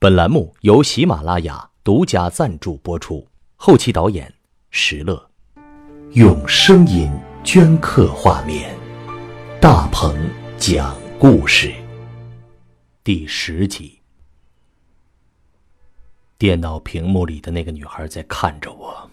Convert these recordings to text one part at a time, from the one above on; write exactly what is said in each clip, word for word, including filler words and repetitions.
本栏目由喜马拉雅独家赞助播出，后期导演石乐。用声音镌刻画面，大鹏讲故事。第十集。电脑屏幕里的那个女孩在看着我，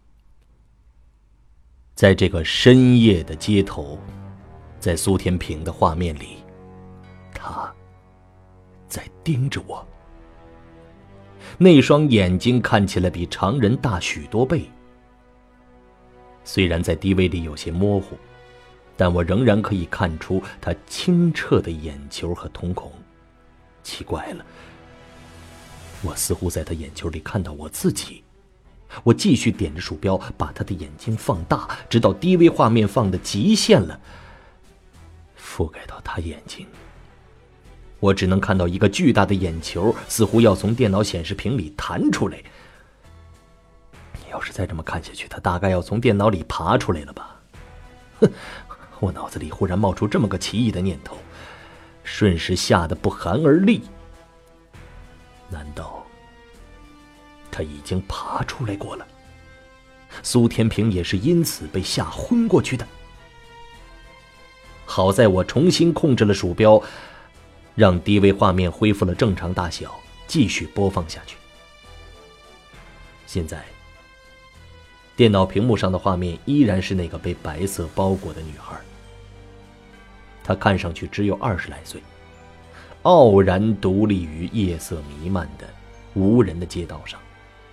在这个深夜的街头，在苏天平的画面里，她在盯着我。那双眼睛看起来比常人大许多倍，虽然在 D V 里有些模糊，但我仍然可以看出他清澈的眼球和瞳孔。奇怪了，我似乎在他眼球里看到我自己。我继续点着鼠标，把他的眼睛放大，直到 D V 画面放的极限了，覆盖到他眼睛。我只能看到一个巨大的眼球，似乎要从电脑显示屏里弹出来。要是再这么看下去，他大概要从电脑里爬出来了吧。哼，我脑子里忽然冒出这么个奇异的念头，瞬时吓得不寒而栗。难道他已经爬出来过了？苏天平也是因此被吓昏过去的。好在我重新控制了鼠标，让 D V 画面恢复了正常大小，继续播放下去。现在电脑屏幕上的画面依然是那个被白色包裹的女孩，她看上去只有二十来岁，傲然独立于夜色弥漫的无人的街道上。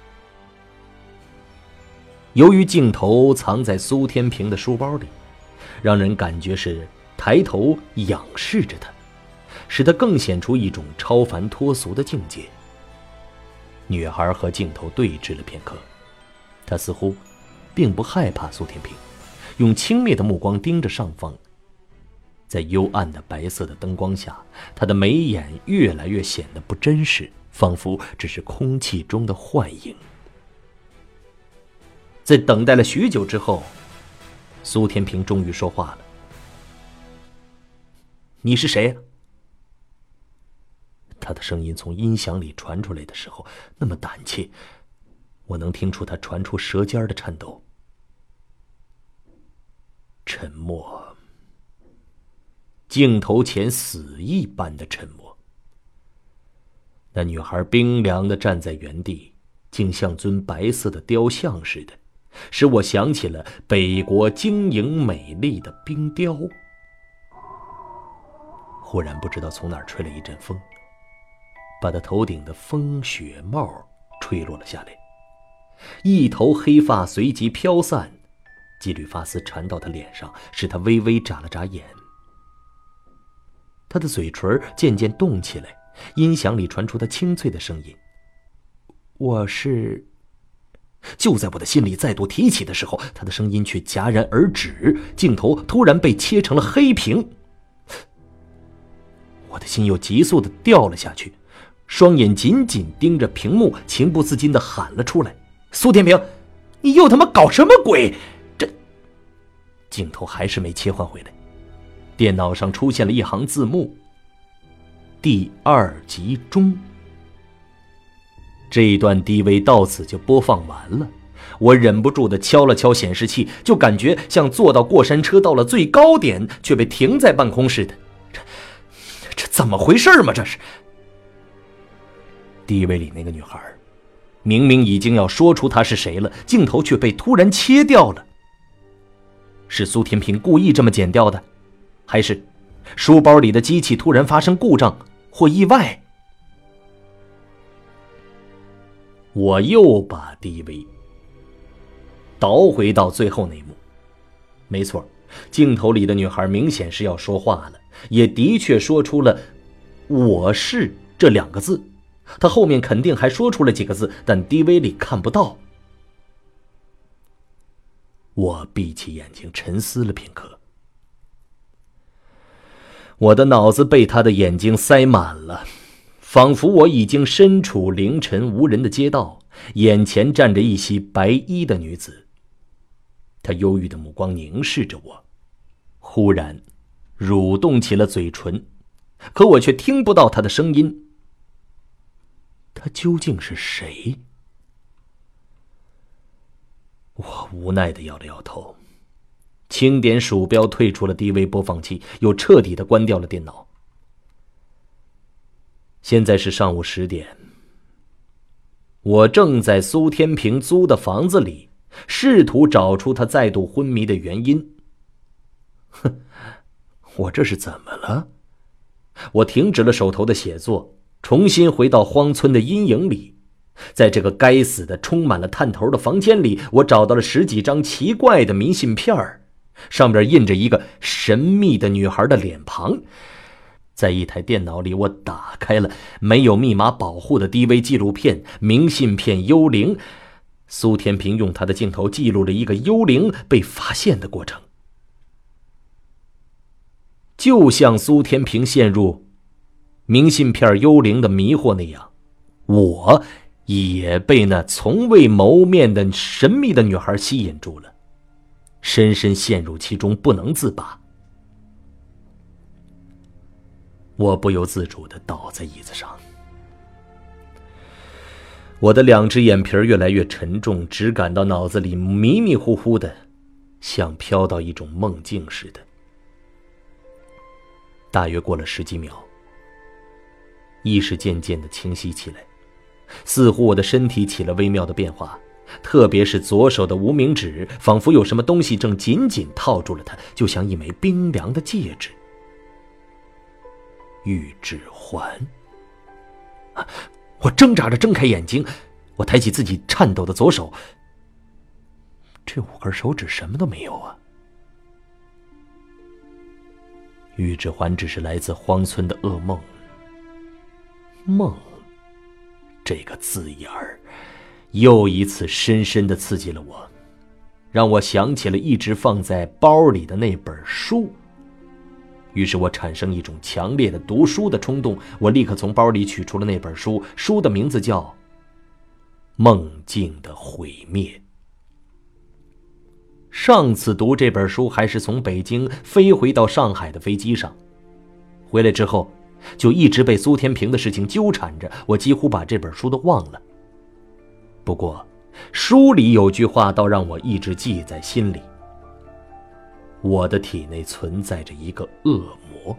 由于镜头藏在苏天平的书包里，让人感觉是抬头仰视着她，使它更显出一种超凡脱俗的境界。女孩和镜头对峙了片刻，她似乎并不害怕苏天平，用轻蔑的目光盯着上方。在幽暗的白色的灯光下，她的眉眼越来越显得不真实，仿佛只是空气中的幻影。在等待了许久之后，苏天平终于说话了：“你是谁呀？”他的声音从音响里传出来的时候那么胆怯，我能听出他传出舌尖的颤抖。沉默，镜头前死一般的沉默。那女孩冰凉地站在原地，竟像尊白色的雕像似的，使我想起了北国晶莹美丽的冰雕。忽然不知道从哪儿吹了一阵风，把他头顶的风雪帽吹落了下来，一头黑发随即飘散，几缕发丝缠到他脸上，使他微微眨了眨眼。他的嘴唇渐渐动起来，音响里传出他清脆的声音：“我是……”就在我的心里再度提起的时候，他的声音却戛然而止，镜头突然被切成了黑屏。我的心又急速地掉了下去，双眼紧紧盯着屏幕，情不自禁地喊了出来：“苏天平，你又他妈搞什么鬼？”这镜头还是没切换回来，电脑上出现了一行字幕：“第二集中。”这一段 D V 到此就播放完了。我忍不住地敲了敲显示器，就感觉像坐到过山车到了最高点却被停在半空似的。这这怎么回事嘛？这是 D V 里那个女孩，明明已经要说出她是谁了，镜头却被突然切掉了。是苏天平故意这么剪掉的，还是书包里的机器突然发生故障或意外？我又把 D V 倒回到最后那一幕。没错，镜头里的女孩明显是要说话了，也的确说出了“我是”这两个字。她后面肯定还说出了几个字，但 D V 里看不到。我闭起眼睛沉思了片刻，我的脑子被她的眼睛塞满了，仿佛我已经身处凌晨无人的街道，眼前站着一袭白衣的女子。她忧郁的目光凝视着我，忽然蠕动起了嘴唇，可我却听不到她的声音。她他究竟是谁？我无奈地摇了摇头，轻点鼠标，退出了低微播放器，又彻底地关掉了电脑。现在是上午十点，我正在苏天平租的房子里，试图找出他再度昏迷的原因。哼，我这是怎么了？我停止了手头的写作，重新回到荒村的阴影里。在这个该死的充满了探头的房间里，我找到了十几张奇怪的明信片儿，上面印着一个神秘的女孩的脸庞。在一台电脑里，我打开了没有密码保护的 D V 纪录片《明信片幽灵》。苏天平用他的镜头记录了一个幽灵被发现的过程。就像苏天平陷入明信片幽灵的迷惑那样，我也被那从未谋面的神秘的女孩吸引住了，深深陷入其中不能自拔。我不由自主地倒在椅子上，我的两只眼皮越来越沉重，只感到脑子里迷迷糊糊的，像飘到一种梦境似的。大约过了十几秒，意识渐渐地清晰起来，似乎我的身体起了微妙的变化，特别是左手的无名指，仿佛有什么东西正紧紧套住了它，就像一枚冰凉的戒指。玉指环、啊、我挣扎着睁开眼睛，我抬起自己颤抖的左手，这五根手指什么都没有啊。玉指环只是来自荒村的噩梦。梦这个字眼儿又一次深深地刺激了我，让我想起了一直放在包里的那本书。于是我产生一种强烈的读书的冲动，我立刻从包里取出了那本书，书的名字叫《梦境的毁灭》。上次读这本书还是从北京飞回到上海的飞机上，回来之后就一直被苏天平的事情纠缠着，我几乎把这本书都忘了。不过书里有句话倒让我一直记在心里：我的体内存在着一个恶魔。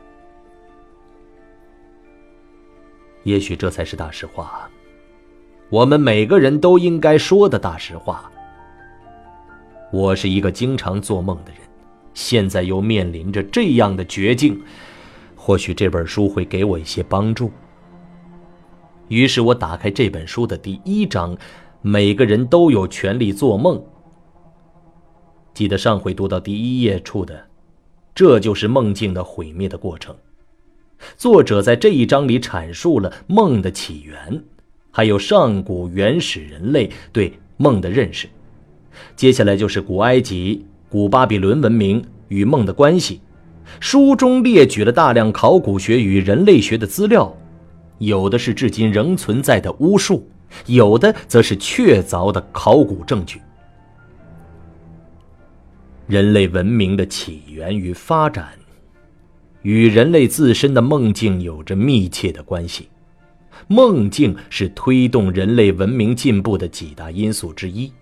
也许这才是大实话，我们每个人都应该说的大实话。我是一个经常做梦的人，现在又面临着这样的绝境，或许这本书会给我一些帮助。于是我打开这本书的第一章，每个人都有权利做梦。记得上回读到第一页处的，这就是梦境的毁灭的过程。作者在这一章里阐述了梦的起源，还有上古原始人类对梦的认识。接下来就是古埃及、古巴比伦文明与梦的关系。书中列举了大量考古学与人类学的资料，有的是至今仍存在的巫术，有的则是确凿的考古证据。人类文明的起源与发展与人类自身的梦境有着密切的关系，梦境是推动人类文明进步的几大因素之一。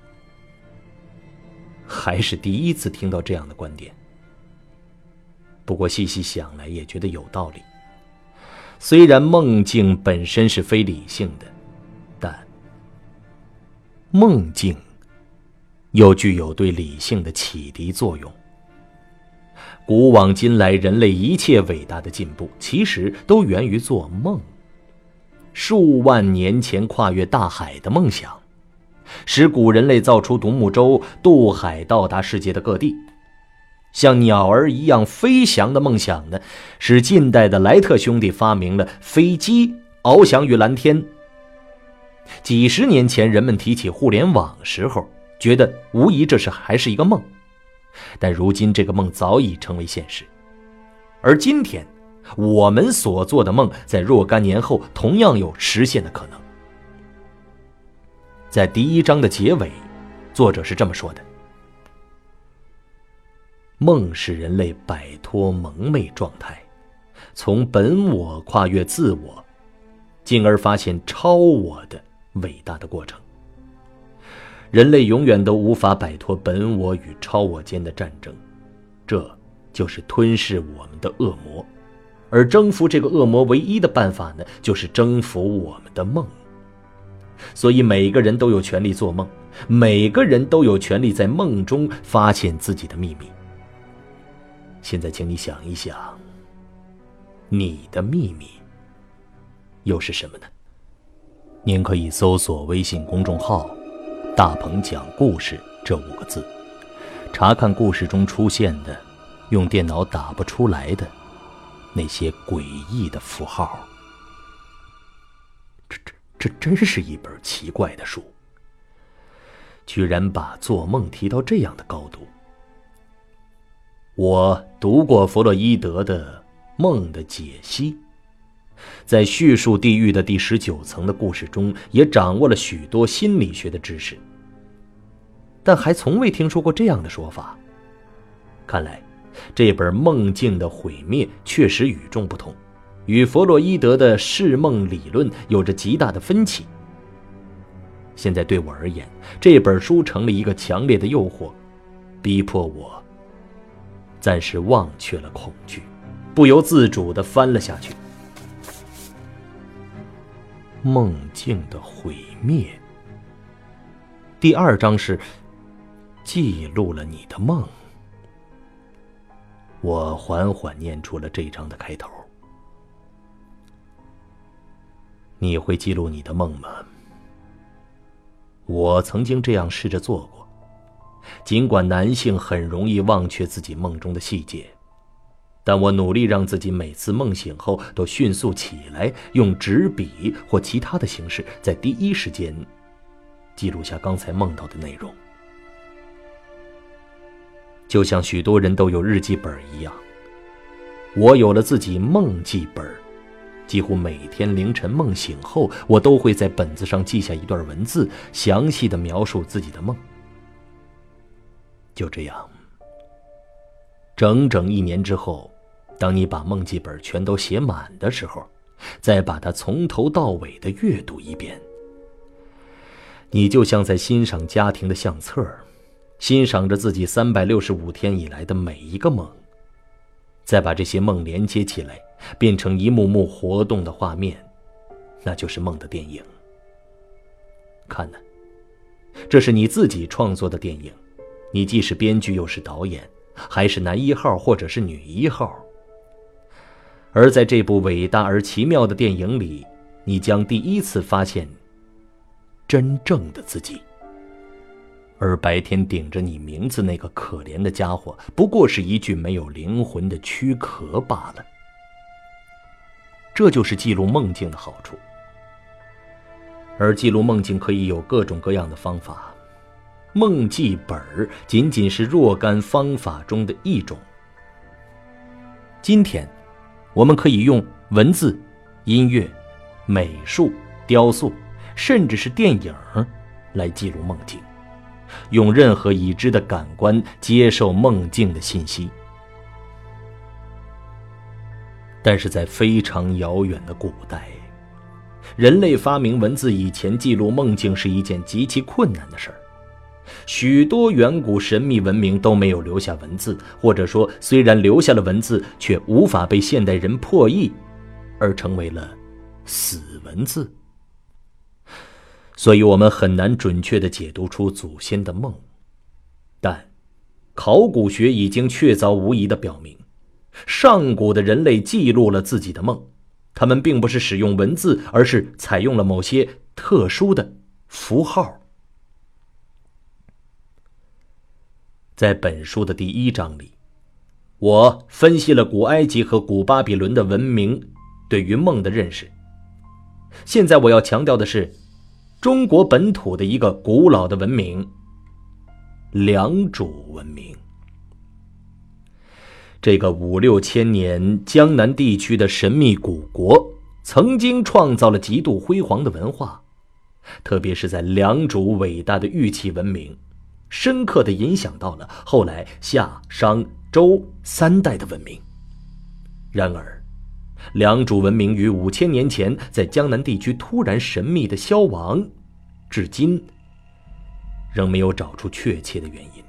还是第一次听到这样的观点，不过细细想来也觉得有道理。虽然梦境本身是非理性的，但梦境又具有对理性的启迪作用。古往今来，人类一切伟大的进步其实都源于做梦。数万年前跨越大海的梦想，使古人类造出独木舟，渡海到达世界的各地。像鸟儿一样飞翔的梦想呢，使近代的莱特兄弟发明了飞机，翱翔于蓝天。几十年前人们提起互联网时候，觉得无疑这是还是一个梦，但如今这个梦早已成为现实。而今天我们所做的梦，在若干年后同样有实现的可能。在第一章的结尾，作者是这么说的：梦使人类摆脱蒙昧状态，从本我跨越自我， 进而发现超我的伟大的过程。人类永远都无法摆脱本我与超我间的战争，这就是吞噬我们的恶魔。而征服这个恶魔唯一的办法呢，就是征服我们的梦。所以每个人都有权利做梦，每个人都有权利在梦中发现自己的秘密。现在请你想一想，你的秘密又是什么呢？您可以搜索微信公众号大鹏讲故事这五个字，查看故事中出现的用电脑打不出来的那些诡异的符号。这这这真是一本奇怪的书，居然把做梦提到这样的高度。我读过弗洛伊德的《梦的解析》，在叙述地狱的第十九层的故事中，也掌握了许多心理学的知识，但还从未听说过这样的说法。看来这本《梦境的毁灭》确实与众不同，与弗洛伊德的释梦理论有着极大的分歧。现在对我而言，这本书成了一个强烈的诱惑，逼迫我暂时忘却了恐惧，不由自主地翻了下去。梦境的毁灭，第二章是记录了你的梦。我缓缓念出了这一章的开头。你会记录你的梦吗？我曾经这样试着做过，尽管男性很容易忘却自己梦中的细节，但我努力让自己每次梦醒后都迅速起来，用纸笔或其他的形式在第一时间记录下刚才梦到的内容。就像许多人都有日记本一样，我有了自己梦记本，几乎每天凌晨梦醒后，我都会在本子上记下一段文字，详细地描述自己的梦。就这样，整整一年之后，当你把梦记本全都写满的时候，再把它从头到尾地阅读一遍，你就像在欣赏家庭的相册，欣赏着自己三百六十五天以来的每一个梦，再把这些梦连接起来，变成一幕幕活动的画面，那就是梦的电影。看呢，这是你自己创作的电影，你既是编剧又是导演，还是男一号或者是女一号。而在这部伟大而奇妙的电影里，你将第一次发现真正的自己。而白天顶着你名字那个可怜的家伙，不过是一具没有灵魂的躯壳罢了。这就是记录梦境的好处。而记录梦境可以有各种各样的方法，梦记本仅仅是若干方法中的一种。今天我们可以用文字、音乐、美术、雕塑，甚至是电影来记录梦境，用任何已知的感官接受梦境的信息。但是在非常遥远的古代，人类发明文字以前，记录梦境是一件极其困难的事儿。许多远古神秘文明都没有留下文字，或者说虽然留下了文字，却无法被现代人破译，而成为了死文字。所以我们很难准确地解读出祖先的梦。但考古学已经确凿无疑地表明，上古的人类记录了自己的梦，他们并不是使用文字，而是采用了某些特殊的符号。在本书的第一章里，我分析了古埃及和古巴比伦的文明对于梦的认识。现在我要强调的是中国本土的一个古老的文明——良渚文明。这个五六千年江南地区的神秘古国，曾经创造了极度辉煌的文化，特别是在良渚伟大的玉器文明，深刻地影响到了后来夏商周三代的文明。然而良渚文明于五千年前在江南地区突然神秘的消亡，至今仍没有找出确切的原因。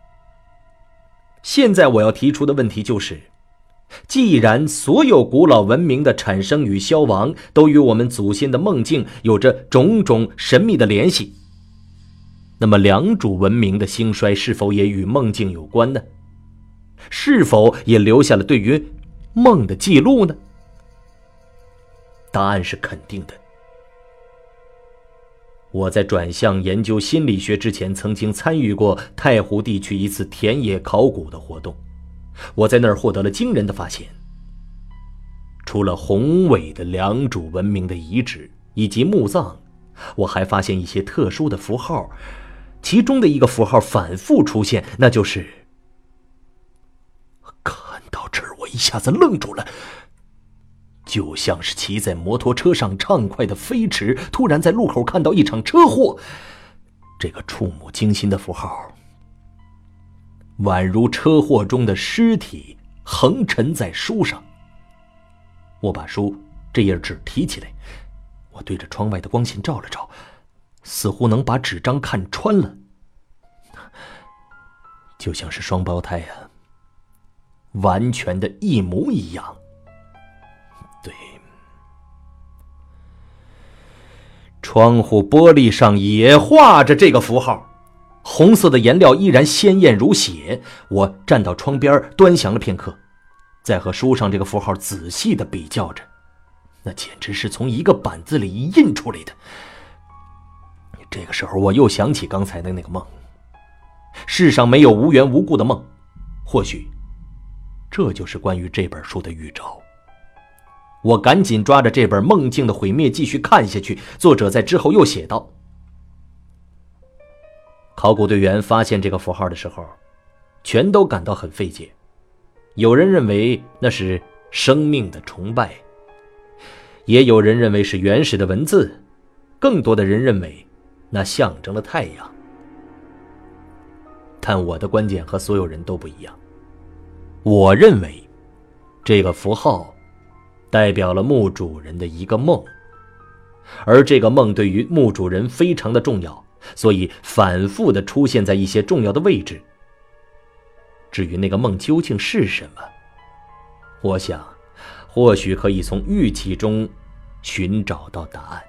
现在我要提出的问题就是，既然所有古老文明的产生与消亡都与我们祖先的梦境有着种种神秘的联系，那么良渚文明的兴衰是否也与梦境有关呢？是否也留下了对于梦的记录呢？答案是肯定的。我在转向研究心理学之前，曾经参与过太湖地区一次田野考古的活动。我在那儿获得了惊人的发现。除了宏伟的良渚文明的遗址以及墓葬，我还发现一些特殊的符号，其中的一个符号反复出现，那就是看到这儿我一下子愣住了，就像是骑在摩托车上畅快的飞驰，突然在路口看到一场车祸。这个触目惊心的符号宛如车祸中的尸体横陈在书上。我把书这页纸提起来，我对着窗外的光线照了照，似乎能把纸张看穿了，就像是双胞胎啊，完全的一模一样。对，窗户玻璃上也画着这个符号，红色的颜料依然鲜艳如血。我站到窗边端详了片刻，再和书上这个符号仔细地比较着，那简直是从一个板子里印出来的。这个时候我又想起刚才的那个梦，世上没有无缘无故的梦，或许这就是关于这本书的预兆。我赶紧抓着这本《梦境的毁灭》继续看下去。作者在之后又写道，考古队员发现这个符号的时候，全都感到很费解。有人认为那是生命的崇拜，也有人认为是原始的文字，更多的人认为那象征了太阳。但我的观点和所有人都不一样。我认为这个符号代表了墓主人的一个梦，而这个梦对于墓主人非常的重要，所以反复的出现在一些重要的位置。至于那个梦究竟是什么，我想或许可以从玉器中寻找到答案。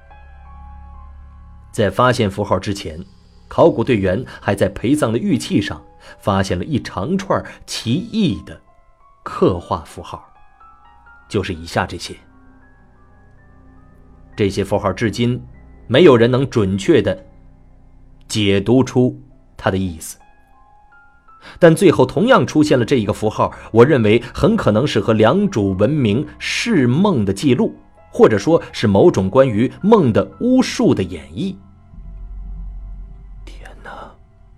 在发现符号之前，考古队员还在陪葬的玉器上发现了一长串奇异的刻画符号，就是以下这些。这些符号至今没有人能准确地解读出它的意思，但最后同样出现了这一个符号，我认为很可能是和良渚文明释梦的记录，或者说是某种关于梦的巫术的演绎。天哪，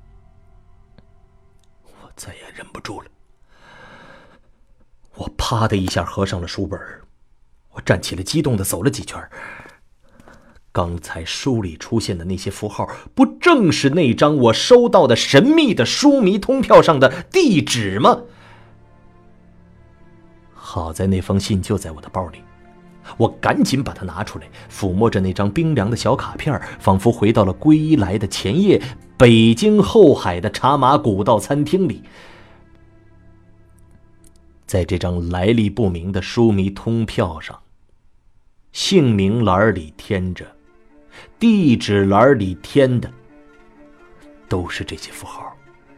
我再也忍不住了，我啪的一下合上了书本，我站起来激动地走了几圈。刚才书里出现的那些符号，不正是那张我收到的神秘的书迷通票上的地址吗？好在那封信就在我的包里，我赶紧把它拿出来，抚摸着那张冰凉的小卡片，仿佛回到了归来的前夜，北京后海的茶马古道餐厅里。在这张来历不明的书迷通票上，姓名栏里填着，地址栏里填的都是这些符号。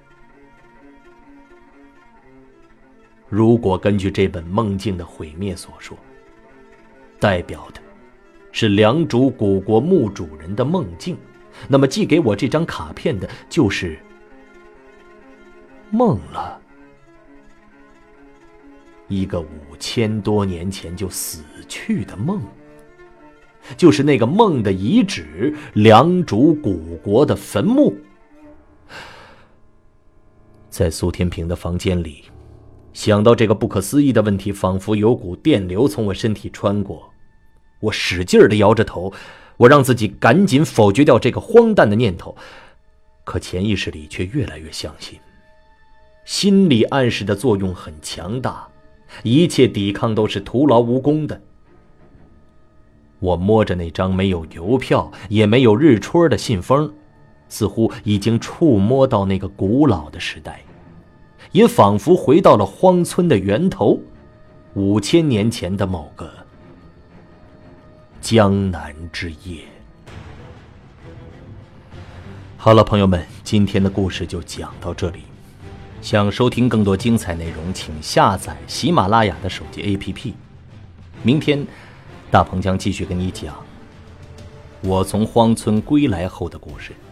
如果根据这本《梦境的毁灭》所说，代表的是良渚古国墓主人的梦境，那么寄给我这张卡片的就是梦了。一个五千多年前就死去的梦，就是那个梦的遗址——良渚古国的坟墓。在苏天平的房间里，想到这个不可思议的问题，仿佛有股电流从我身体穿过。我使劲地摇着头，我让自己赶紧否决掉这个荒诞的念头，可潜意识里却越来越相信。心理暗示的作用很强大， 一切抵抗都是徒劳无功的。我摸着那张没有邮票也没有日戳的信封，似乎已经触摸到那个古老的时代，也仿佛回到了荒村的源头，五千年前的某个江南之夜。好了，朋友们，今天的故事就讲到这里。想收听更多精彩内容，请下载喜马拉雅的手机 A P P。 明天大鹏将继续跟你讲我从荒村归来后的故事。